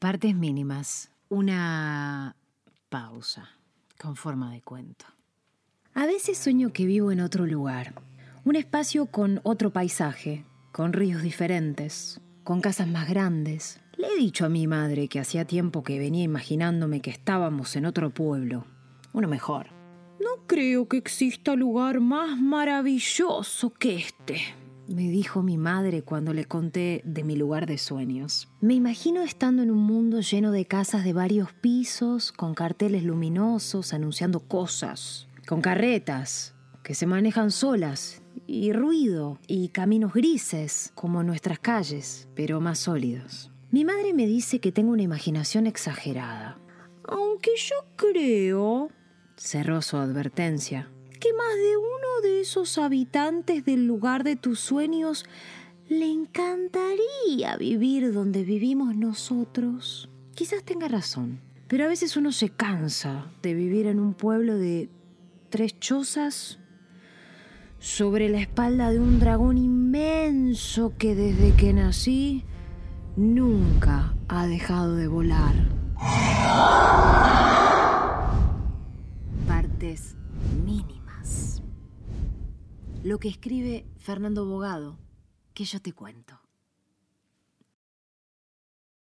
Partes mínimas. Una pausa con forma de cuento. A veces sueño que vivo en otro lugar. Un espacio con otro paisaje, con ríos diferentes, con casas más grandes. Le he dicho a mi madre que hacía tiempo que venía imaginándome que estábamos en otro pueblo, uno mejor. No creo que exista lugar más maravilloso que este, me dijo mi madre cuando le conté de mi lugar de sueños. Me imagino estando en un mundo lleno de casas de varios pisos, con carteles luminosos anunciando cosas, con carretas que se manejan solas, y ruido, y caminos grises, como nuestras calles, pero más sólidos. Mi madre me dice que tengo una imaginación exagerada. Aunque yo creo, cerró su advertencia, que más de uno de esos habitantes del lugar de tus sueños le encantaría vivir donde vivimos nosotros. Quizás tenga razón, pero a veces uno se cansa de vivir en un pueblo de 3 chozas sobre la espalda de un dragón inmenso que desde que nací nunca ha dejado de volar. Partes mínimas. Lo que escribe Fernando Bogado, que yo te cuento.